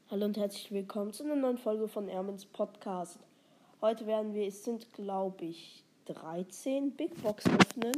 Hallo und herzlich willkommen zu einer neuen Folge von Ermins Podcast. Heute werden wir, es sind glaube ich 13 Big Box öffnen.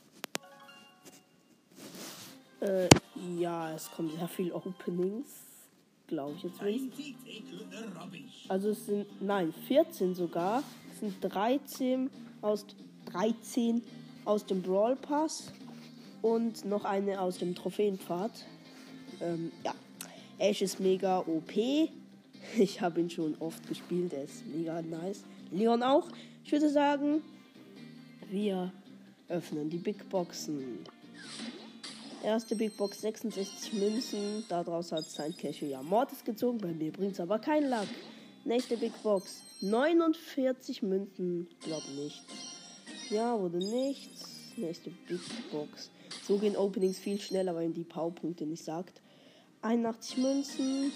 Ja, es kommen sehr viele Openings, glaube ich jetzt nicht. Also es sind, 14 sogar. Es sind 13 aus dem Brawl Pass und noch eine aus dem Trophäenpfad. Ja. Ash ist mega OP. Ich habe ihn schon oft gespielt. Er ist mega nice. Leon auch. Ich würde sagen, wir öffnen die Big Boxen. Erste Big Box 66 Münzen. Daraus hat sein Cashew ja Mortis gezogen. Bei mir bringt es aber keinen Luck. Nächste Big Box 49 Münzen. Glaub nichts. Ja, wurde nichts. Nächste Big Box. So gehen Openings viel schneller, weil ihm die Powerpunkte nicht sagt. 81 Münzen.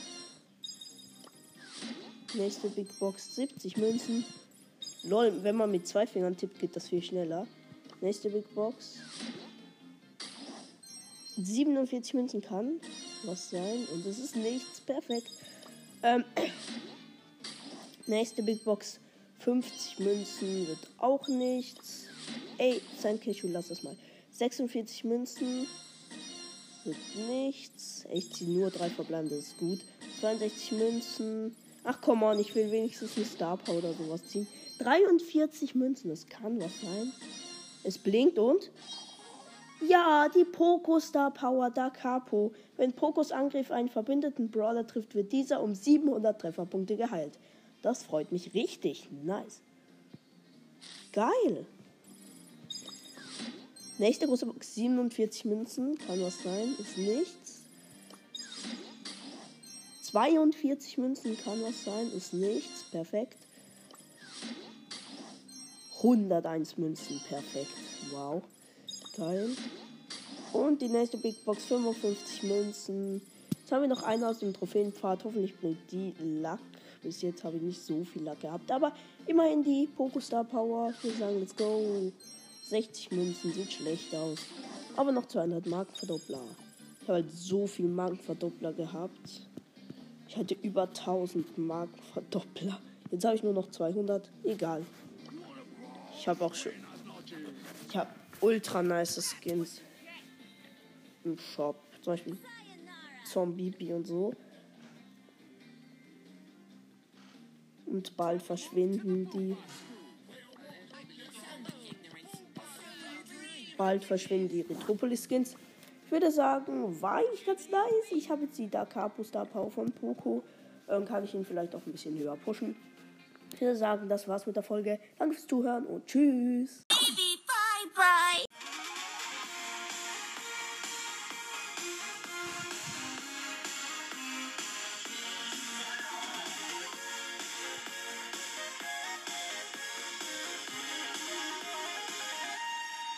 Nächste Big Box 70 Münzen. Lol, wenn man mit 2 Fingern tippt, geht das viel schneller. Nächste Big Box 47 Münzen kann was sein. Und das ist nichts. Perfekt. Nächste Big Box 50 Münzen wird auch nichts. Ey, sein Cashew, lass das mal. 46 Münzen. Wird nichts. Ich ziehe nur 3 verbleibende, das ist gut. 62 Münzen. Ach, komm on, ich will wenigstens eine Star Power oder sowas ziehen. 43 Münzen, das kann was sein. Es blinkt und... Ja, die Poco Star Power Da Capo. Wenn Pokos Angriff einen verbündeten Brawler trifft, wird dieser um 700 Trefferpunkte geheilt. Das freut mich richtig. Nice. Geil. Nächste große Box, 47 Münzen. Kann was sein, ist nichts. 42 Münzen kann was sein, ist nichts. Perfekt. 101 Münzen, perfekt. Wow. Geil. Und die nächste Big Box, 55 Münzen. Jetzt haben wir noch eine aus dem Trophäenpfad. Hoffentlich bringt die Luck. Bis jetzt habe ich nicht so viel Luck gehabt. Aber immerhin die Pokostar Power. Ich würde sagen, let's go. 60 Münzen, sieht schlecht aus. Aber noch 200 Markenverdoppler. Ich habe halt so viel Markenverdoppler gehabt. Ich hatte über 1000 Markenverdoppler. Jetzt habe ich nur noch 200. Egal. Ich habe auch schon... Ich habe ultra nice Skins im Shop. Zum Beispiel Zombie und so. Und bald verschwinden die... Bald verschwinden die Retropolis-Skins. Ich würde sagen, war ich ganz nice. Ich habe jetzt die Da Capo Star Power von Poco. Kann ich ihn vielleicht auch ein bisschen höher pushen. Ich würde sagen, das war's mit der Folge. Danke fürs Zuhören und tschüss.